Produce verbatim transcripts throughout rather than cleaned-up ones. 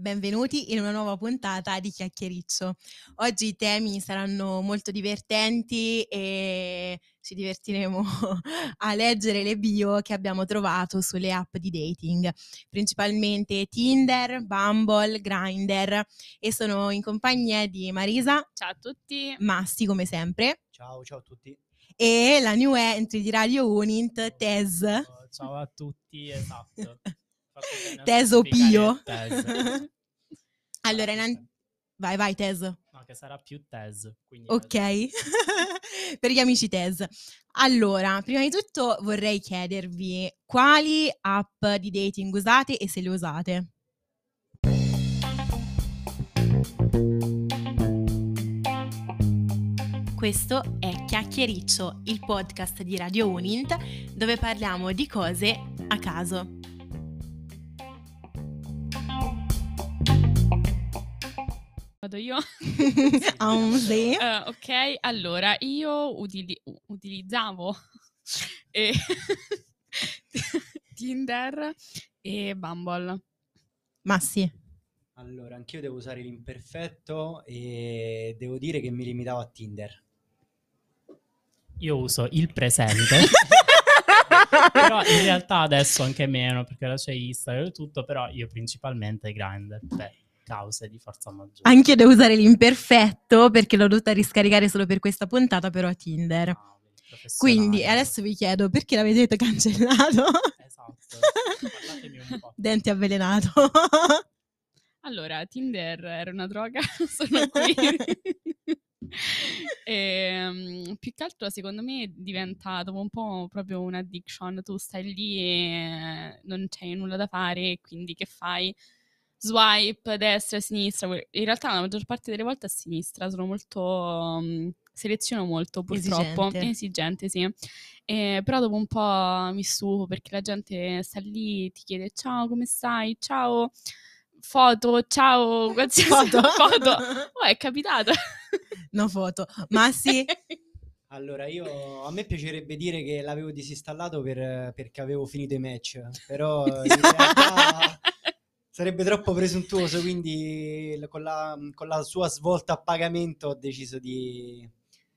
benvenuti in una nuova puntata di Chiacchiericcio. Oggi i temi saranno molto divertenti e ci divertiremo a leggere le bio che abbiamo trovato sulle app di dating, principalmente Tinder, Bumble, Grindr, e sono in compagnia di Marisa. Ciao a tutti. Massi come sempre. Ciao, ciao a tutti. E la new entry di Radio Unint, Tez. Ciao, ciao a tutti, esatto. Teso Pio. Tez. Allora, in... vai, vai, Tez. No, che sarà più Tez. Quindi ok, per gli amici Tez. Allora, prima di tutto vorrei chiedervi quali app di dating usate e se le usate. Questo è Chiacchiericcio, il podcast di Radio Unint, dove parliamo di cose a caso. Vado io? um, sì. uh, ok, allora io utili- utilizzavo e Tinder e Bumble. Ma sì. Allora, anch'io devo usare l'imperfetto e devo dire che mi limitavo a Tinder. Io uso il presente. Però in realtà adesso anche meno, perché ora c'è Instagram e tutto, però io principalmente Grindr per cause di forza maggiore. Anch'io devo usare l'imperfetto perché l'ho dovuta riscaricare solo per questa puntata, però a Tinder. Ah, quindi adesso vi chiedo perché l'avete cancellato? Esatto, parlatemi un po'. Dente avvelenato. Allora, Tinder era una droga, sono qui. E, um, più che altro secondo me diventa dopo un po' proprio un'addiction. Tu stai lì e non c'hai nulla da fare, quindi che fai? Swipe destra e sinistra. In realtà la maggior parte delle volte a sinistra, sono molto um, seleziono molto purtroppo. Esigente, Esigente sì. Eh, però dopo un po' mi stufo perché la gente sta lì, ti chiede ciao, come stai? Ciao, foto, ciao, qualsiasi foto. foto. Oh, è capitato. No foto, ma sì. Allora, io a me piacerebbe dire che l'avevo disinstallato per, perché avevo finito i match, però in realtà sarebbe troppo presuntuoso, quindi con la, con la sua svolta a pagamento ho deciso di,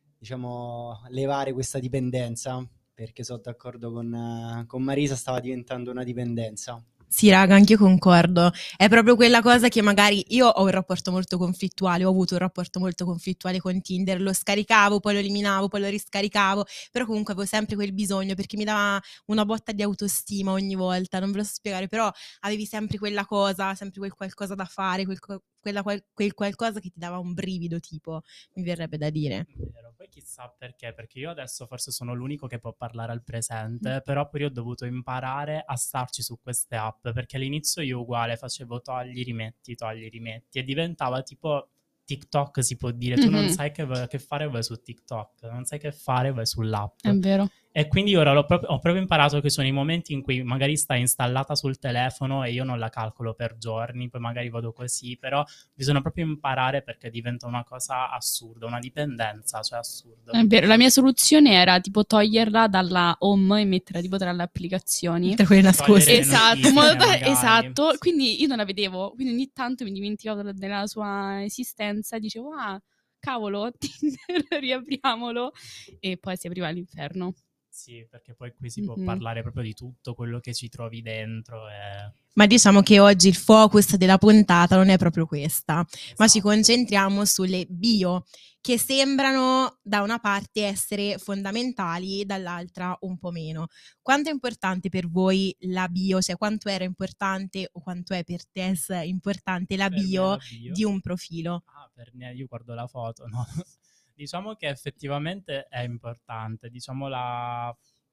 diciamo, levare questa dipendenza, perché sono d'accordo con, con Marisa, stava diventando una dipendenza. Sì, raga, anch'io concordo. È proprio quella cosa che magari io ho un rapporto molto conflittuale, ho avuto un rapporto molto conflittuale con Tinder, lo scaricavo, poi lo eliminavo, poi lo riscaricavo, però comunque avevo sempre quel bisogno perché mi dava una botta di autostima ogni volta, non ve lo so spiegare, però avevi sempre quella cosa, sempre quel qualcosa da fare, quel, quella, quel, quel qualcosa che ti dava un brivido, tipo, mi verrebbe da dire. Vero, poi chissà perché, perché io adesso forse sono l'unico che può parlare al presente, mm. però poi ho dovuto imparare a starci su queste app, perché all'inizio io uguale facevo togli, rimetti, togli, rimetti e diventava tipo TikTok, si può dire, tu mm-hmm. non sai che, che fare, vai su TikTok, non sai che fare, vai sull'app. È vero. E quindi ora l'ho proprio, ho proprio imparato che sono i momenti in cui magari sta installata sul telefono e io non la calcolo per giorni, poi magari vado così, però bisogna proprio imparare perché diventa una cosa assurda, una dipendenza, cioè assurda. È vero, la mia soluzione era tipo toglierla dalla home e metterla tipo tra le applicazioni. Tra quelle nascoste. Esatto, modo da, magari. esatto, quindi io non la vedevo, quindi ogni tanto mi dimenticavo della sua esistenza e dicevo, ah, cavolo, Tinder, riapriamolo, e poi si apriva l'inferno. Sì, perché poi qui si può mm-hmm. parlare proprio di tutto quello che ci trovi dentro. E... Ma diciamo che oggi il focus della puntata non è proprio questa, esatto. ma ci concentriamo sulle bio, che sembrano da una parte essere fondamentali, dall'altra un po' meno. Quanto è importante per voi la bio? Cioè quanto era importante o quanto è per te importante la bio, la bio di un profilo? Ah, per me, io guardo la foto, no? Diciamo che effettivamente è importante, diciamo la,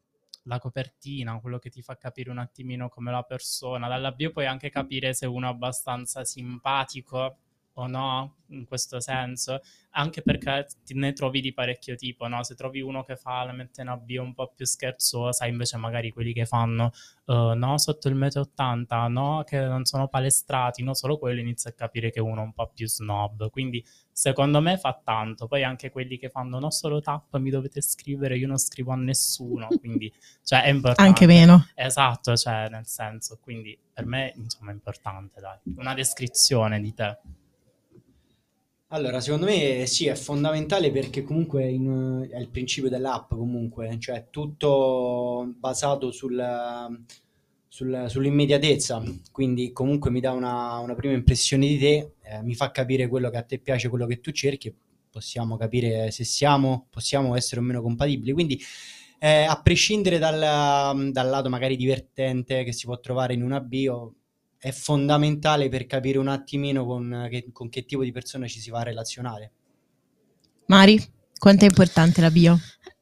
la copertina, quello che ti fa capire un attimino come la persona. Dalla bio puoi anche capire se uno è abbastanza simpatico, o no, in questo senso, anche perché ti- ne trovi di parecchio tipo, no? Se trovi uno che fa la mette una bio un po' più scherzosa, invece magari quelli che fanno eh, no, sotto il metro ottanta, no, che non sono palestrati, no, solo quello inizia a capire che uno è un po' più snob, quindi secondo me fa tanto. Poi anche quelli che fanno no, solo tap, mi dovete scrivere, io non scrivo a nessuno, quindi cioè è importante. Anche meno. Esatto, cioè nel senso, quindi per me insomma è importante, dai, una descrizione di te. Allora, secondo me sì, è fondamentale perché comunque in- è il principio dell'app comunque, cioè tutto basato sul, sul- sull'immediatezza, quindi comunque mi dà una, una prima impressione di te, eh, mi fa capire quello che a te piace, quello che tu cerchi, e possiamo capire se siamo, possiamo essere o meno compatibili, quindi eh, a prescindere dal, dal lato magari divertente che si può trovare in una bio, è fondamentale per capire un attimino con che, con che tipo di persona ci si va a relazionare. Mari, quanto è importante la bio?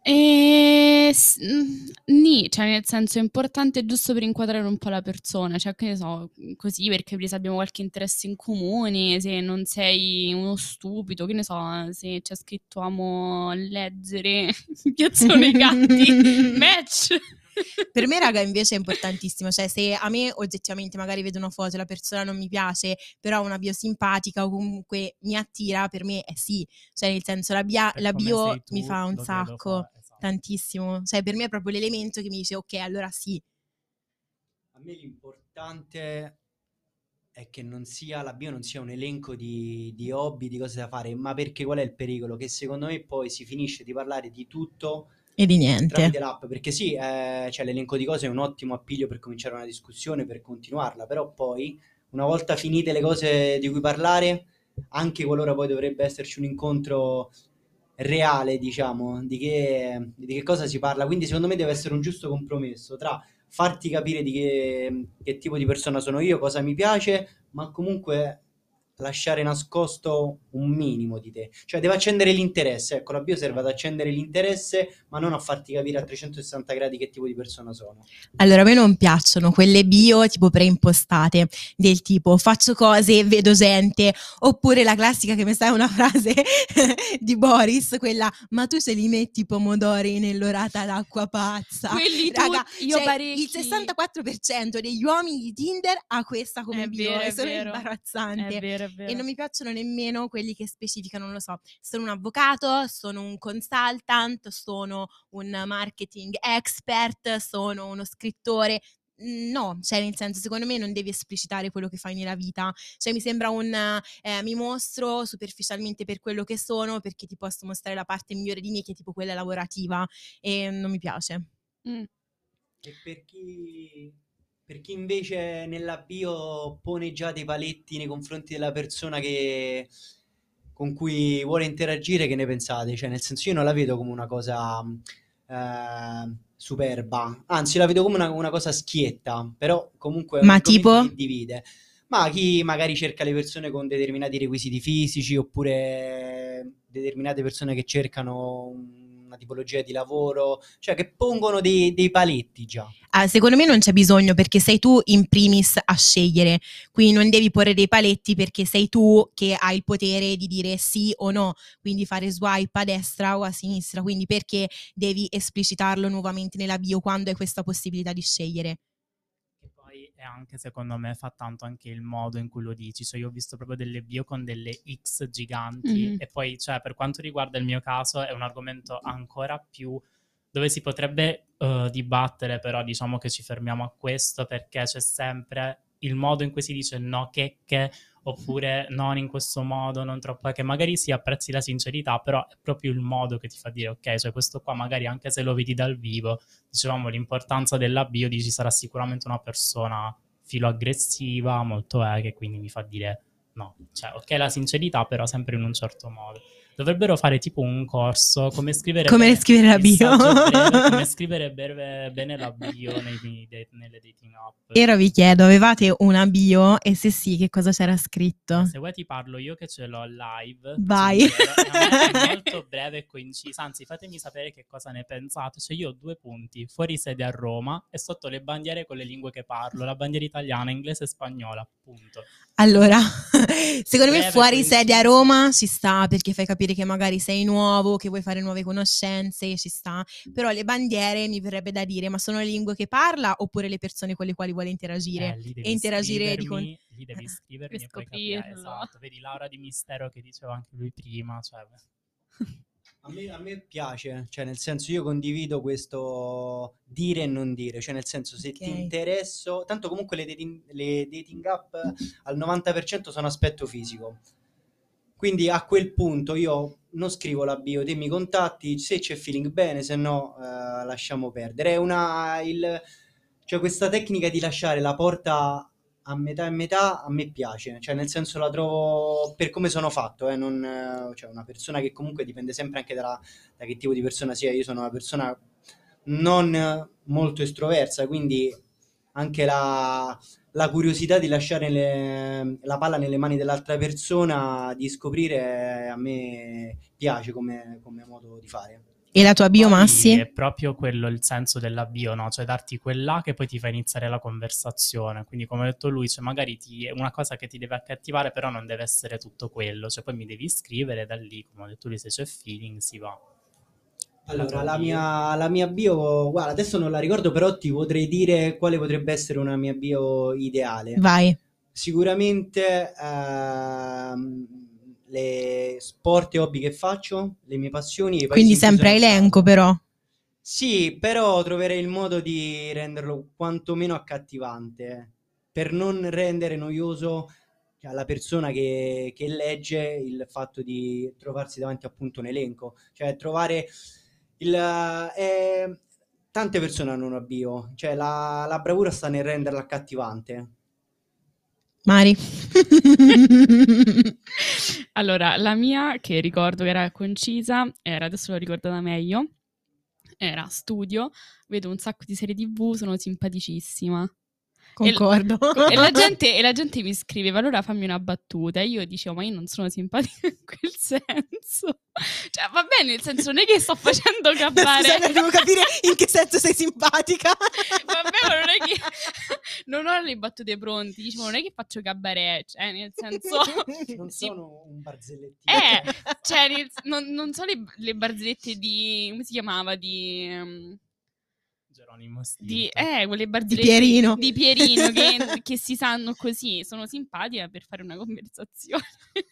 E s- mm, nì, cioè nel senso è importante giusto per inquadrare un po' la persona, cioè che ne so, così per capire se abbiamo qualche interesse in comune, se non sei uno stupido, che ne so, se c'è scritto amo leggere, mi piacciono i gatti, match! Per me, raga, invece è importantissimo, cioè se a me oggettivamente magari vedo una foto e la persona non mi piace, però ha una bio simpatica o comunque mi attira, per me è sì, cioè nel senso la, bia- Per la come bio sei tu, mi fa un lo credo sacco, fa, esatto. tantissimo, cioè per me è proprio l'elemento che mi dice ok, allora sì. A me l'importante è che non sia la bio non sia un elenco di, di hobby, di cose da fare, ma perché qual è il pericolo? Che secondo me poi si finisce di parlare di tutto E di niente. tramite l'app, perché sì, eh, cioè, l'elenco di cose è un ottimo appiglio per cominciare una discussione, per continuarla, però poi una volta finite le cose di cui parlare, anche qualora poi dovrebbe esserci un incontro reale, diciamo, di che, di che cosa si parla. Quindi secondo me deve essere un giusto compromesso tra farti capire di che, che tipo di persona sono io, cosa mi piace, ma comunque lasciare nascosto un minimo di te. Cioè deve accendere l'interesse. Ecco, la bio serve ad accendere l'interesse, ma non a farti capire a trecentosessanta gradi che tipo di persona sono. Allora, a me non piacciono quelle bio tipo preimpostate, del tipo faccio cose, vedo gente, oppure la classica che mi sa è una frase di Boris, quella ma tu se li metti i pomodori nell'orata d'acqua pazza. Quelli Raga, tutti, io cioè, parecchi. il sessantaquattro per cento degli uomini di Tinder ha questa come È bio vero, e è sono vero. imbarazzante. È vero, è E vero. non mi piacciono nemmeno quelli che specificano, non lo so, sono un avvocato, sono un consultant, sono un marketing expert, sono uno scrittore. No, cioè nel senso, secondo me non devi esplicitare quello che fai nella vita, cioè mi sembra un eh, mi mostro superficialmente per quello che sono, perché ti posso mostrare la parte migliore di me che è tipo quella lavorativa e non mi piace. Mm. E per chi, per chi invece nella bio pone già dei paletti nei confronti della persona che, con cui vuole interagire, che ne pensate? Cioè, nel senso, io non la vedo come una cosa eh, superba, anzi, la vedo come una, una cosa schietta, però comunque è un Ma argomento tipo? che divide. Ma chi magari cerca le persone con determinati requisiti fisici, oppure determinate persone che cercano una tipologia di lavoro, cioè che pongono dei, dei paletti già. Ah, secondo me non c'è bisogno perché sei tu in primis a scegliere, quindi non devi porre dei paletti perché sei tu che hai il potere di dire sì o no, quindi fare swipe a destra o a sinistra, quindi perché devi esplicitarlo nuovamente nella bio quando hai questa possibilità di scegliere? Che poi è anche, secondo me, fa tanto anche il modo in cui lo dici. Cioè, io ho visto proprio delle bio con delle X giganti Mhm. e poi, cioè, per quanto riguarda il mio caso, è un argomento ancora più dove si potrebbe eh, dibattere, però diciamo che ci fermiamo a questo perché c'è sempre il modo in cui si dice no che che oppure non in questo modo, non troppo, che magari si apprezzi la sincerità, però è proprio il modo che ti fa dire ok, cioè questo qua magari anche se lo vedi dal vivo, dicevamo l'importanza della bio, dici sarà sicuramente una persona filoaggressiva, molto eh, che quindi mi fa dire no, cioè ok la sincerità però sempre in un certo modo. Dovrebbero fare tipo un corso come scrivere Come bene scrivere la il bio. saggio breve, come scrivere bene, bene la bio nei, nei- nelle dating app. E ora vi chiedo, avevate una bio? E se sì, che cosa c'era scritto? Se vuoi ti parlo io che ce l'ho live. Vai. Ci chiedo, è molto breve e coincisa, anzi fatemi sapere che cosa ne pensate. Cioè io ho due punti, fuori sede a Roma e sotto le bandiere con le lingue che parlo, la bandiera italiana, inglese e spagnola, punto. Allora, secondo me Breve, fuori coinciso. sede a Roma ci sta, perché fai capire che magari sei nuovo, che vuoi fare nuove conoscenze, ci sta. Però le bandiere mi verrebbe da dire, ma sono le lingue che parla oppure le persone con le quali vuole interagire? Eh, lì devi E interagire di con... scrivermi, lì devi scrivermi Per e poi capire, scoprirlo. esatto. Vedi Laura Di Mistero che diceva anche lui prima, cioè... A me, a me piace, cioè nel senso io condivido questo dire e non dire, cioè nel senso se Ok. ti interesso, tanto comunque le dating, le dating app al novanta per cento sono aspetto fisico, quindi a quel punto io non scrivo la bio, te mi contatti, se c'è feeling bene, se no eh, lasciamo perdere. È una, il, cioè questa tecnica di lasciare la porta a metà e metà a me piace, cioè nel senso la trovo per come sono fatto, eh, non, eh, cioè una persona che comunque dipende sempre anche dalla, da che tipo di persona sia, io sono una persona non molto estroversa, quindi anche la, la curiosità di lasciare le- la palla nelle mani dell'altra persona, di scoprire, a me piace come, come modo di fare. E la tua bio, Poi Massi? è proprio quello il senso della bio, no? Cioè darti quella che poi ti fa iniziare la conversazione. Quindi come ha detto lui, cioè magari ti, è una cosa che ti deve accattivare, però non deve essere tutto quello. Cioè poi mi devi scrivere da lì, come ha detto lui, se c'è feeling si va. Allora, tua la bio? mia, la mia bio, guarda, adesso non la ricordo, però ti potrei dire quale potrebbe essere una mia bio ideale. Vai. Sicuramente ehm, le sport e hobby che faccio, le mie passioni, i paesi Quindi in cui sempre a sono elenco, stato. però. Sì, però troverei il modo di renderlo quantomeno accattivante, per non rendere noioso alla persona che, che legge il fatto di trovarsi davanti appunto un elenco, cioè trovare il... eh, tante persone hanno una bio, cioè la, la bravura sta nel renderla accattivante. Mari. Allora, la mia, che ricordo che era concisa, era, adesso l'ho ricordata meglio, era studio, vedo un sacco di serie tivù, sono simpaticissima. Concordo. E la, gente, e la gente mi scriveva, allora fammi una battuta. E io dicevo, ma io non sono simpatica in quel senso. Cioè, va bene, nel senso, non è che sto facendo gabbare. Scusate, devo capire in che senso sei simpatica. Vabbè, ma non è che... non ho le battute pronte. Dicevo, non è che faccio gabbare, cioè, nel senso... Non sì. sono un barzellettino. Eh, cioè, nel- non, non so le, le barzellette di... come si chiamava? Di... um, Geronimo di Stilton. eh, quelle Di barzellette Pierino. di Pierino che, che si sanno così. Sono simpatica per fare una conversazione.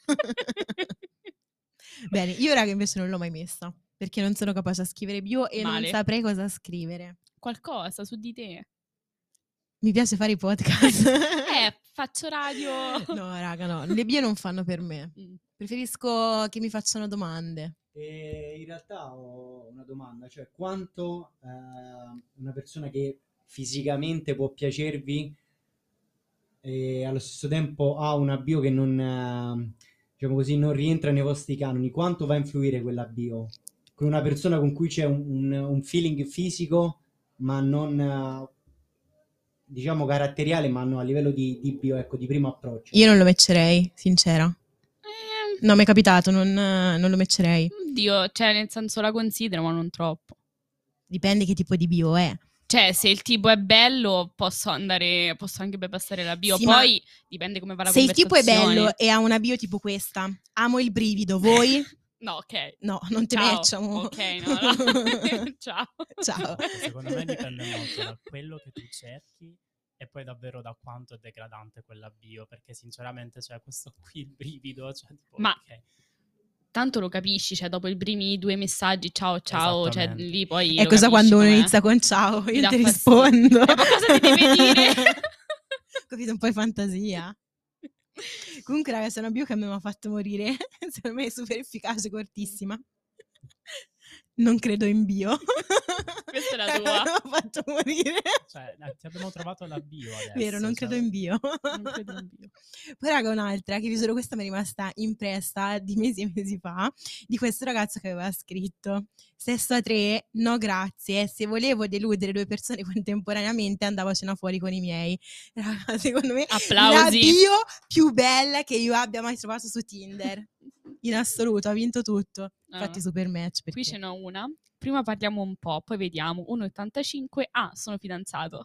Bene, io ora che invece non l'ho mai messa, perché non sono capace a scrivere bio e Male. non saprei cosa scrivere. Qualcosa su di te. Mi piace fare i podcast. Eh, faccio radio. No, raga, no, le bio non fanno per me. Mm. Preferisco che mi facciano domande. E in realtà ho una domanda, cioè quanto eh, una persona che fisicamente può piacervi e allo stesso tempo ha una bio che non, eh, diciamo così, non rientra nei vostri canoni, quanto va a influire quella bio? Con una persona con cui c'è un, un- un feeling fisico, ma non, eh, diciamo, caratteriale, ma no, a livello di, di bio, ecco, di primo approccio. Io non lo metterei, sincera. Eh, No, mi è capitato, non, non lo metterei. Oddio, cioè nel senso la considero, ma non troppo. Dipende che tipo di bio è. Cioè, se il tipo è bello, posso andare, posso anche bypassare la bio. Sì, ma Poi dipende come va la se il tipo è conversazione. bello e ha una bio tipo questa, amo il brivido, voi? No, ok. No, non te Ciao. matchiamo. Ok, no, no. Ciao. Ciao. Secondo me dipende molto da quello che tu cerchi e poi davvero da quanto è degradante quella bio, perché sinceramente cioè questo qui il brivido, cioè tipo, Ma- ok. Tanto lo capisci, cioè dopo i primi due messaggi, ciao ciao, cioè Esattamente. lì poi È lo cosa capisci quando uno com'è. inizia con ciao, Ti io dà ti fastidio. rispondo. Eh, ma cosa ti deve dire? Capito, un po' di fantasia. Comunque, ragazzi, è una bio che a me mi ha fatto morire. Secondo me è super efficace, cortissima. Non credo in bio. Questa è la tua. Mi ha fatto morire. Cioè, eh, ti abbiamo trovato la bio adesso. Vero, non cioè- credo in bio. Non credo in bio. Poi raga, un'altra che vi giuro questa mi è rimasta impressa di mesi e mesi fa, di questo ragazzo che aveva scritto: sesto a tre, no grazie, se volevo deludere due persone contemporaneamente andavo a cena fuori con i miei. Raga, secondo me Applausi. la bio più bella che io abbia mai trovato su Tinder. In assoluto, ha vinto tutto. Infatti Ah. super match. Qui Perché... ce n'ho una. Prima parliamo un po', poi vediamo. uno virgola ottantacinque. Ah, sono fidanzato.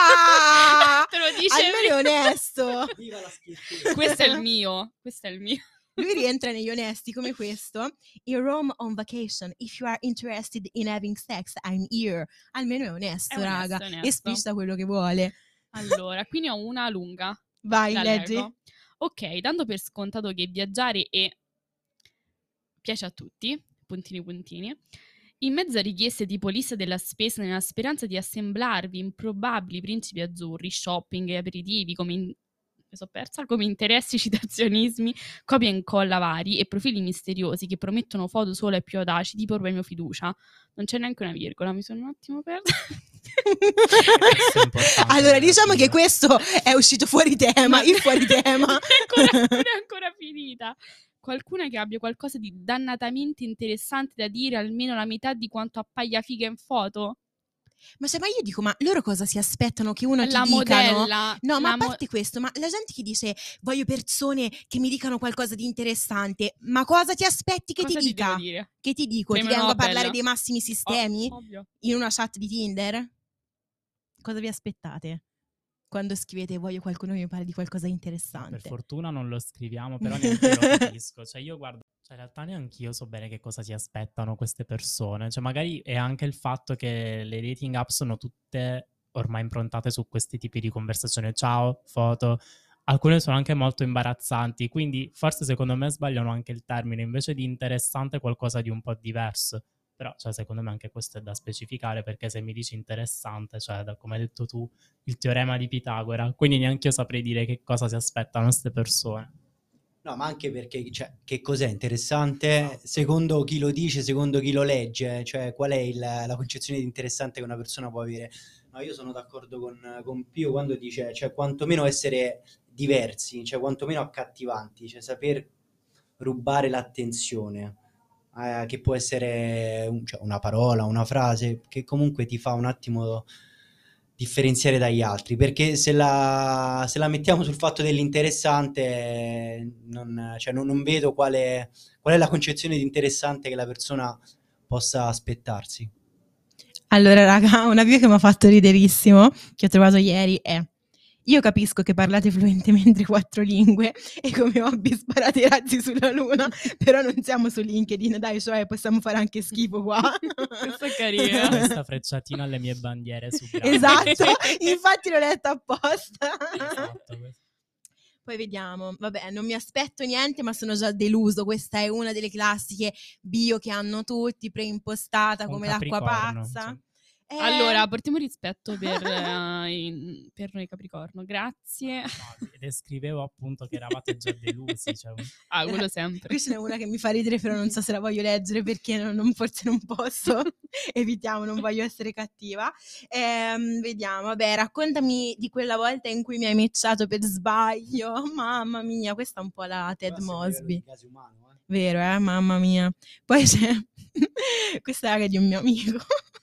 Ah! Te lo dice Almeno è prima. onesto. Viva la schiettezza. Questo è il mio. Questo è il mio. Lui rientra negli onesti come questo: in Rome on vacation, if you are interested in having sex, I'm here. Almeno è onesto, È onesto, raga. è onesto. Esplicita quello che vuole. Allora, qui ne ho una lunga. Vai, La leggi. leggo. Ok, dando per scontato che viaggiare è... piace a tutti, puntini puntini, in mezzo a richieste tipo lista della spesa nella speranza di assemblarvi improbabili principi azzurri, shopping e aperitivi come in... mi sono persa, come interessi, citazionismi, copia e incolla vari e profili misteriosi che promettono foto solo ai più audaci, tipo premio fiducia. Non c'è neanche una virgola, mi sono un attimo persa. Questo è importante Allora, nella diciamo che vita. questo è uscito fuori tema, il fuori tema. non, è ancora, non è ancora finita. Qualcuna che abbia qualcosa di dannatamente interessante da dire, almeno la metà di quanto appaia figa in foto? Ma se ma io dico, ma loro cosa si aspettano che uno ti La dicano? modella. No, ma la a mo- parte questo, ma la gente che dice voglio persone che mi dicano qualcosa di interessante, ma cosa ti aspetti che cosa ti dica? devo dire? Che ti dico? Premio ti vengo Nobel. a parlare dei massimi sistemi Oh, ovvio. in una chat di Tinder? Cosa vi aspettate quando scrivete voglio qualcuno che mi parli di qualcosa di interessante? Per fortuna non lo scriviamo, però neanche io lo capisco. Cioè, io guardo, cioè, in realtà neanche io so bene che cosa si aspettano queste persone. Cioè, magari è anche il fatto che le dating app sono tutte ormai improntate su questi tipi di conversazione. Ciao, foto. Alcune sono anche molto imbarazzanti, quindi forse secondo me sbagliano anche il termine. Invece di interessante, qualcosa di un po' diverso. Però, cioè, secondo me anche questo è da specificare, perché se mi dici interessante, cioè, da, come hai detto tu, il teorema di Pitagora, quindi neanche io saprei dire che cosa si aspettano queste persone. No, ma anche perché, cioè, che cos'è interessante? Secondo chi lo dice, secondo chi lo legge, cioè, qual è il, la concezione di interessante che una persona può avere? No, io sono d'accordo con, con Pio quando dice, cioè, quantomeno essere diversi, cioè, quantomeno accattivanti, cioè, saper rubare l'attenzione. Eh, che può essere un- cioè una parola, una frase che comunque ti fa un attimo differenziare dagli altri, perché se la, se la mettiamo sul fatto dell'interessante non, cioè non, non vedo quale, qual è la concezione di interessante che la persona possa aspettarsi. Allora, raga, una bio che mi ha fatto riderissimo, che ho trovato ieri, è: io capisco che parlate fluentemente quattro lingue e come hobby sparate i razzi sulla luna, però non siamo su LinkedIn, dai, cioè possiamo fare anche schifo qua. Questa è carina. Questa frecciatina alle mie bandiere su grande. Esatto, infatti l'ho letta apposta. Esatto, questo. Poi vediamo, vabbè, non mi aspetto niente, ma sono già deluso. Questa è una delle classiche bio che hanno tutti, preimpostata Un come l'acqua Capricorno, pazza. cioè. Eh, Allora, portiamo rispetto per, eh, in- per noi Capricorno. Grazie. No, descrivevo appunto che eravate già delusi. Cioè, un- Ah, quello sempre. qui ce n'è una che mi fa ridere, però non so se la voglio leggere perché non, non- forse non posso. Evitiamo, non voglio essere cattiva. Ehm, vediamo, vabbè, raccontami di quella volta in cui mi hai matchato per sbaglio. Mamma mia, questa è un po' la Ted Mosby. Vero, eh? Mamma mia. Poi c'è questa raga di un mio amico.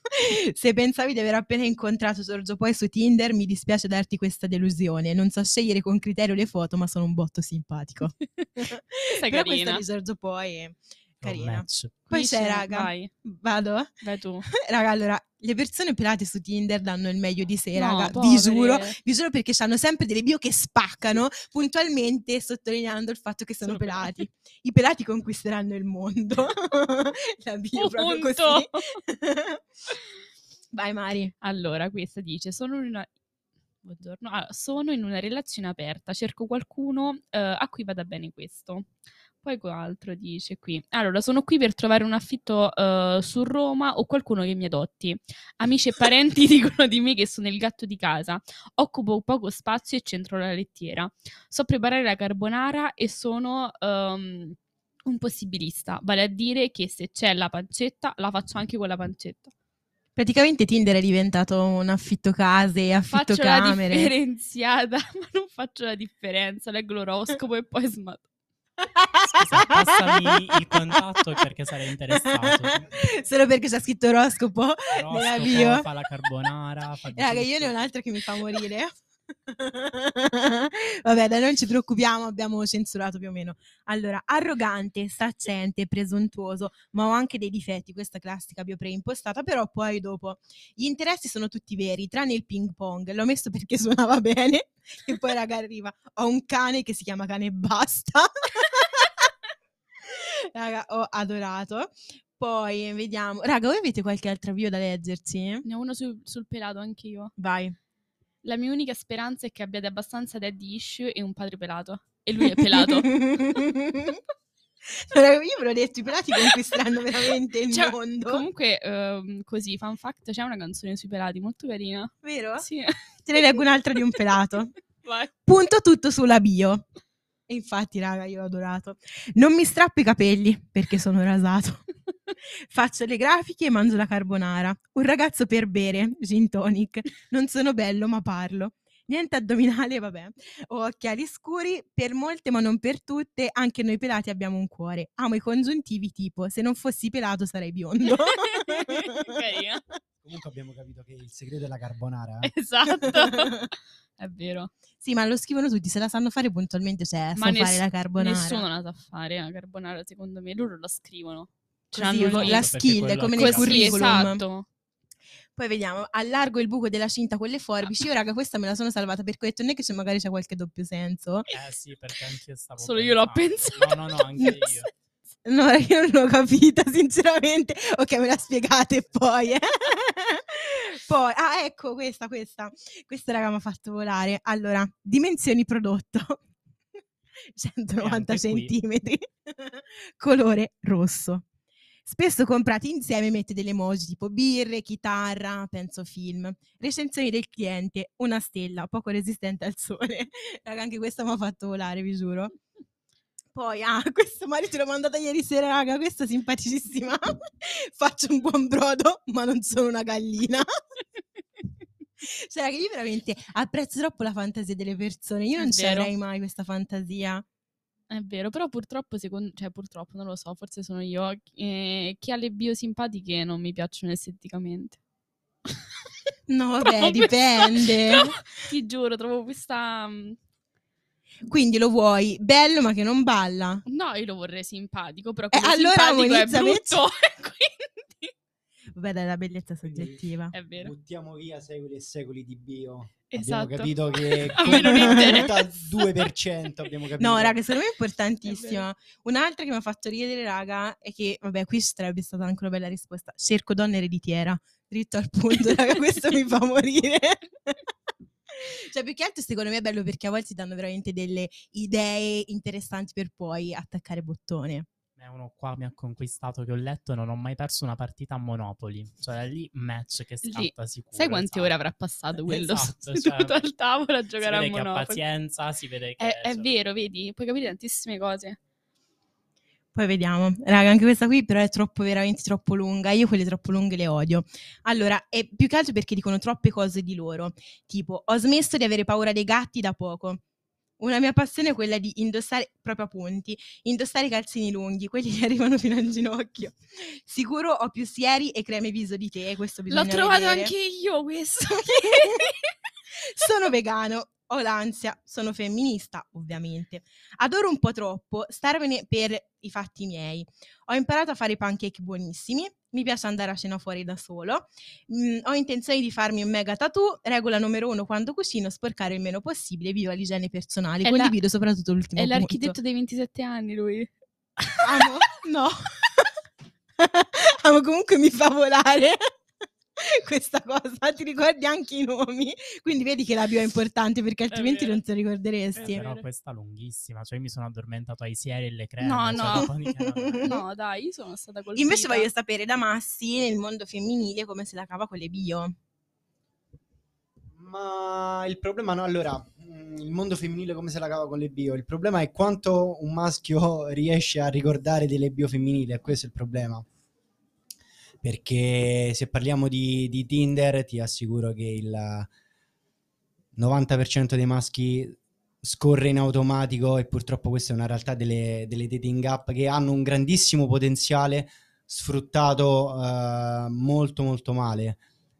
Se pensavi di aver appena incontrato Giorgio Poi su Tinder, mi dispiace darti questa delusione. Non so scegliere con criterio le foto, ma sono un botto simpatico. Questa è Però questa carina. di Giorgio Poi è un carina. match. Poi Dice- c'è, raga. Vai, Vado? vai tu. Raga, allora, le persone pelate su Tinder danno il meglio di sé, No, raga. Vi povere. giuro, vi giuro perché hanno sempre delle bio che spaccano, puntualmente sottolineando il fatto che sono, Sono pelati. I pelati conquisteranno il mondo. La bio proprio Punto. così. Vai Mari. Allora, questa dice: sono in una... Buongiorno. Ah, sono in una relazione aperta, cerco qualcuno eh, a cui vada bene questo. Poi qual'altro dice qui: allora, sono qui per trovare un affitto eh, su Roma o qualcuno che mi adotti. Amici e parenti dicono di me che sono il gatto di casa. Occupo poco spazio e centro la lettiera. So preparare la carbonara e sono ehm, un possibilista, vale a dire che se c'è la pancetta, la faccio anche con la pancetta. Praticamente Tinder è diventato un affitto case, affitto Faccio la camere. differenziata, ma non faccio la differenza. Leggo l'oroscopo e poi smato. Scusa, passami il contatto perché sarei interessato. Solo perché c'è scritto oroscopo nella Oroscopo, bio. fa la carbonara, fa di Raga, io ne ho tutto. un altro che mi fa morire. Vabbè, dai, non ci preoccupiamo, abbiamo censurato più o meno. Allora, arrogante, saccente, presuntuoso, ma ho anche dei difetti, questa classica bio preimpostata, però poi dopo gli interessi sono tutti veri, tranne il ping pong, l'ho messo perché suonava bene e poi raga arriva, ho un cane che si chiama Cane e Basta. Raga, ho adorato. Poi vediamo, raga, voi avete qualche altra bio da leggerci? Ne ho uno su- sul pelato anche io. Vai. La mia unica speranza è che abbiate abbastanza daddy issue e un padre pelato. E lui è pelato. Raga, io ve l'ho detto, i pelati conquisteranno veramente il Cioè, mondo. Comunque, ehm, così, fun fact, c'è una canzone sui pelati molto carina. Vero? Sì. Te ne leggo un'altra di un pelato. Vai. Punto tutto sulla bio. E infatti, raga, io l'ho adorato. Non mi strappo i capelli perché sono rasato. Faccio le grafiche e mangio la carbonara. Un ragazzo per bere, gin tonic. Non sono bello, ma parlo. Niente addominale, vabbè. Ho occhiali scuri, per molte ma non per tutte, anche noi pelati abbiamo un cuore. Amo i congiuntivi tipo, se non fossi pelato sarei biondo. Carina. Comunque abbiamo capito che il segreto è la carbonara. eh. Esatto. È vero. Sì, ma lo scrivono tutti, se la sanno fare puntualmente, cioè, Ma so ness- fare la carbonara. Nessuno la sa fare la carbonara, secondo me. Loro la scrivono. Ce Così, l'hanno con lì. la Perché skill, quello come è nel così, Così, curriculum. esatto. Poi vediamo, allargo il buco della cinta con le forbici. Io, raga, questa me la sono salvata perché ho detto non è che c'è, magari c'è qualche doppio senso. Eh sì, perché anch'io stavo Solo io l'ho pensando. No, no, no, anche io. No, io non l'ho capita, sinceramente. Ok, me la spiegate poi. eh. Poi, ah, ecco, questa, questa. Questa, raga, mi ha fatto volare. Allora, dimensioni prodotto. centonovanta E anche qui. centimetri. Colore rosso. Spesso comprati insieme, mette delle emoji tipo birre, chitarra, penso film. Recensioni del cliente, una stella, poco resistente al sole. Raga, anche questa mi ha fatto volare, vi giuro. Poi, ah, questo Mario te l'ho mandata ieri sera, raga, questa è simpaticissima. Faccio un buon brodo, ma non sono una gallina. Cioè, raga, io veramente apprezzo troppo la fantasia delle persone. Io È non ci vero. avrei mai questa fantasia. È vero, però purtroppo, secondo, cioè purtroppo, non lo so, forse sono io, eh, chi ha le bio simpatiche non mi piacciono esteticamente. No, vabbè, Trovo dipende. questa- trovo- ti giuro, trovo questa... mm, Quindi lo vuoi bello ma che non balla? No, io lo vorrei simpatico, però Eh, quello allora simpatico è Monizza, brutto, quindi... Vabbè, dai, la bellezza è Quindi soggettiva. È vero. Buttiamo via secoli e secoli di bio. Esatto. Abbiamo capito che A me non conta interessa. due per cento, abbiamo capito. No, raga, secondo me è È importantissima. Un'altra che mi ha fatto ridere, raga, è che, vabbè, qui sarebbe stata anche una bella risposta. Cerco donna ereditiera. Dritto al punto, raga, questo mi fa morire. Cioè, più che altro secondo me è bello perché a volte si danno veramente delle idee interessanti per poi attaccare bottone. È uno qua mi ha conquistato che ho letto, non ho mai perso una partita a Monopoli. Cioè è lì match che Lì. scatta sicuro. Sai quante esatto. ore avrà passato quello Esatto, seduto cioè, al tavolo a Si giocare a vede che ha Monopoli? pazienza, si vede che... È, è cioè, vero, vedi? Puoi capire tantissime cose. Poi vediamo. Raga, anche questa qui però è troppo, veramente troppo lunga. Io quelle troppo lunghe le odio. Allora, è più che altro perché dicono troppe cose di loro. Tipo, ho smesso di avere paura dei gatti da poco. Una mia passione è quella di indossare, proprio a punti, indossare i calzini lunghi, quelli che arrivano fino al ginocchio. Sicuro ho più sieri e creme viso di te, questo bisogna L'ho trovato vedere. anche io questo. Sono vegano, ho l'ansia, sono femminista, ovviamente. Adoro un po' troppo starmene per i fatti miei. Ho imparato a fare pancake buonissimi, mi piace andare a cena fuori da solo, mm, ho intenzione di farmi un mega tattoo, regola numero uno quando cucino, sporcare il meno possibile, viva l'igiene personale. È la- Condivido soprattutto l'ultimo È punto. l'architetto dei ventisette anni lui. Amo, no. Amo, comunque mi fa volare questa cosa, ti ricordi anche i nomi, quindi vedi che la bio è importante perché altrimenti vero. non te lo ricorderesti. È Però vero. questa lunghissima, cioè io mi sono addormentato ai sieri e le creme. No, cioè, no. dopo di che non- No, dai, io sono stata colpita. Invece voglio sapere da Massi nel mondo femminile come se la cava con le bio. Ma il problema no, allora, mh, il mondo femminile come se la cava con le bio? Il problema è quanto un maschio riesce a ricordare delle bio femminili, e questo è il problema. perché se parliamo di, di Tinder ti assicuro che il novanta per cento dei maschi scorre in automatico, e purtroppo questa è una realtà delle, delle dating app, che hanno un grandissimo potenziale sfruttato uh, molto molto male,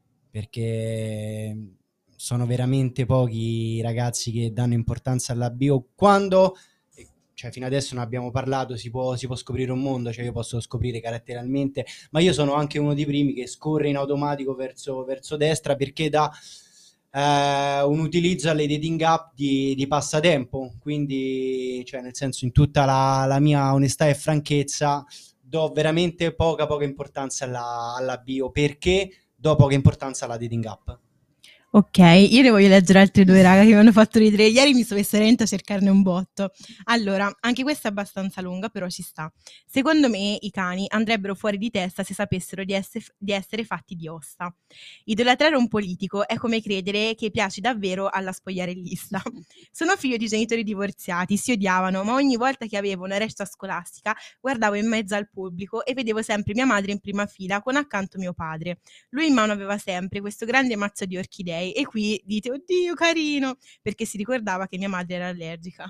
perché sono veramente pochi i ragazzi che danno importanza alla bio, quando, cioè fino adesso ne abbiamo parlato, si può, si può scoprire un mondo, cioè io posso scoprire caratterialmente, ma io sono anche uno dei primi che scorre in automatico verso, verso destra, perché da eh, un utilizzo alle dating app di, di passatempo, quindi cioè nel senso, in tutta la, la mia onestà e franchezza, do veramente poca poca importanza alla, alla bio, perché do poca importanza alla dating app. Ok, io ne voglio leggere altre due, raga, che mi hanno fatto ridere. Ieri mi sono messa veramente a cercarne un botto. Allora, anche questa è abbastanza lunga, però ci sta. Secondo me i cani andrebbero fuori di testa se sapessero di, esse, di essere fatti di ossa. Idolatrare un politico è come credere che piaci davvero alla spogliarellista. Sono figlio di genitori divorziati, si odiavano, ma ogni volta che avevo una recita scolastica guardavo in mezzo al pubblico e vedevo sempre mia madre in prima fila con accanto mio padre. Lui in mano aveva sempre questo grande mazzo di orchidee, e qui dite oddio carino, perché si ricordava che mia madre era allergica.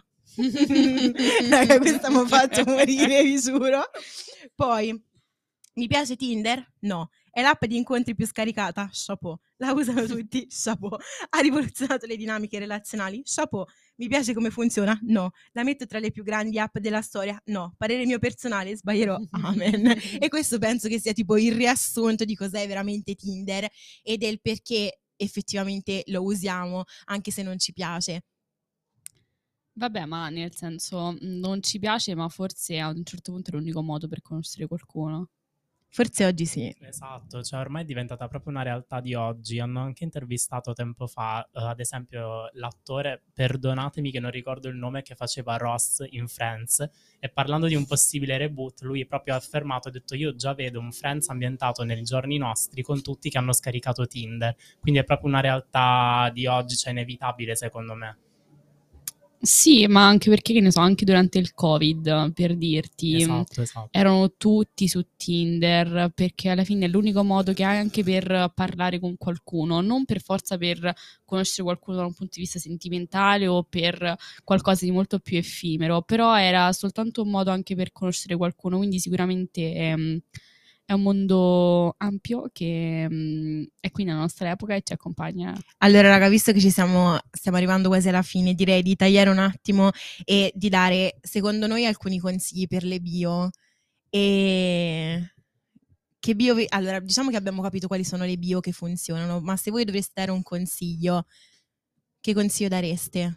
Raga, questa mi ha fatto morire, vi giuro. Poi, mi piace Tinder? No. È l'app di incontri più scaricata? Chapeau. La usano tutti? Chapeau. Ha rivoluzionato le dinamiche relazionali? Chapeau. Mi piace come funziona? No. La metto tra le più grandi app della storia? No. Parere mio personale? Sbaglierò? Amen. E questo penso che sia tipo il riassunto di cos'è veramente Tinder e del perché effettivamente lo usiamo anche se non ci piace. Vabbè, ma nel senso, non ci piace, ma forse a un certo punto è l'unico modo per conoscere qualcuno. Forse oggi sì. Esatto, cioè ormai è diventata proprio una realtà di oggi. Hanno anche intervistato tempo fa, uh, ad esempio, l'attore, perdonatemi che non ricordo il nome, che faceva Ross in Friends, e parlando di un possibile reboot, lui proprio ha affermato, ha detto io già vedo un Friends ambientato nei giorni nostri con tutti che hanno scaricato Tinder, quindi è proprio una realtà di oggi, cioè inevitabile secondo me. Sì, ma anche perché, che ne so, anche durante il Covid, per dirti, esatto, esatto. erano tutti su Tinder, perché alla fine è l'unico modo che hai anche per parlare con qualcuno, non per forza per conoscere qualcuno da un punto di vista sentimentale o per qualcosa di molto più effimero, però era soltanto un modo anche per conoscere qualcuno, quindi sicuramente ehm, è un mondo ampio che mh, è qui nella nostra epoca e ci accompagna. Allora raga, visto che ci siamo, stiamo arrivando quasi alla fine, direi di tagliare un attimo e di dare, secondo noi, alcuni consigli per le bio. E che bio vi... Allora, diciamo che abbiamo capito quali sono le bio che funzionano, ma se voi dovreste dare un consiglio, che consiglio dareste?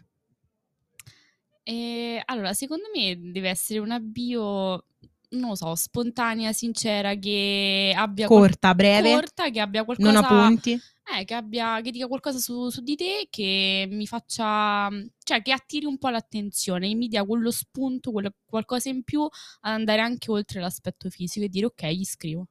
E, allora, secondo me deve essere una bio, non lo so, spontanea, sincera, che abbia Corta, qual- breve, corta, che abbia qualcosa, non appunti. eh, che abbia, che dica qualcosa su, su di te, che mi faccia, cioè che attiri un po' l'attenzione, e mi dia quello spunto, quello, qualcosa in più ad andare anche oltre l'aspetto fisico e dire ok, gli scrivo.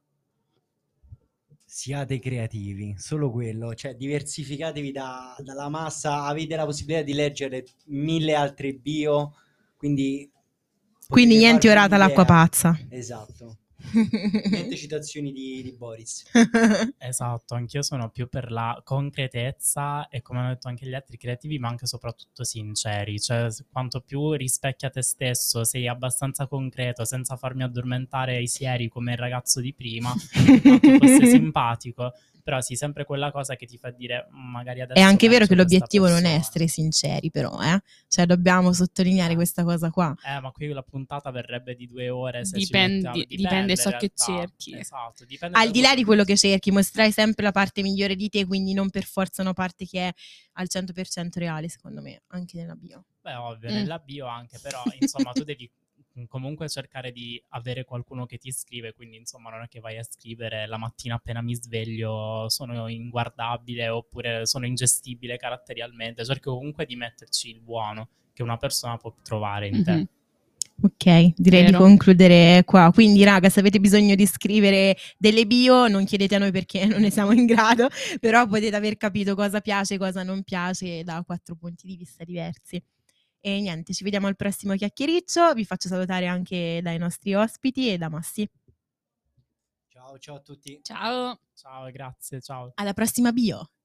Siate creativi, solo quello, cioè diversificatevi da, dalla massa, avete la possibilità di leggere mille altre bio, quindi quindi potete niente farvi orata l'acqua un'idea. pazza. Esatto. Niente citazioni di, di Boris. Esatto, anch'io sono più per la concretezza e, come hanno detto anche gli altri, creativi, ma anche soprattutto sinceri. Cioè, quanto più rispecchia te stesso, sei abbastanza concreto, senza farmi addormentare ai sieri come il ragazzo di prima, quanto fosse simpatico, però sì, sempre quella cosa che ti fa dire magari adesso è anche vero matcho che questa l'obiettivo non è persona. essere sinceri, però, eh? Cioè dobbiamo sottolineare Eh. questa cosa qua. Eh, ma qui la puntata verrebbe di due ore se Dipendi- ci mettiamo. Dipende, dipende in ciò che realtà. cerchi. Esatto, dipende Al da di là quello di quello che cerchi, mostrai sempre la parte migliore di te, quindi non per forza una parte che è al cento per cento reale, secondo me, anche nella bio. Beh, ovvio, Mm. nella bio anche, però insomma tu devi comunque cercare di avere qualcuno che ti scrive, quindi insomma non è che vai a scrivere la mattina appena mi sveglio sono inguardabile oppure sono ingestibile caratterialmente, cerchi comunque di metterci il buono che una persona può trovare in te. Mhm. Ok, direi Vero. di concludere qua. Quindi, raga, se avete bisogno di scrivere delle bio, non chiedete a noi perché non ne siamo in grado, però potete aver capito cosa piace, cosa non piace da quattro punti di vista diversi. E niente, ci vediamo al prossimo chiacchiericcio. Vi faccio salutare anche dai nostri ospiti e da Massi. Ciao. Ciao, ciao a tutti. Ciao. Ciao, grazie, ciao. Alla prossima bio.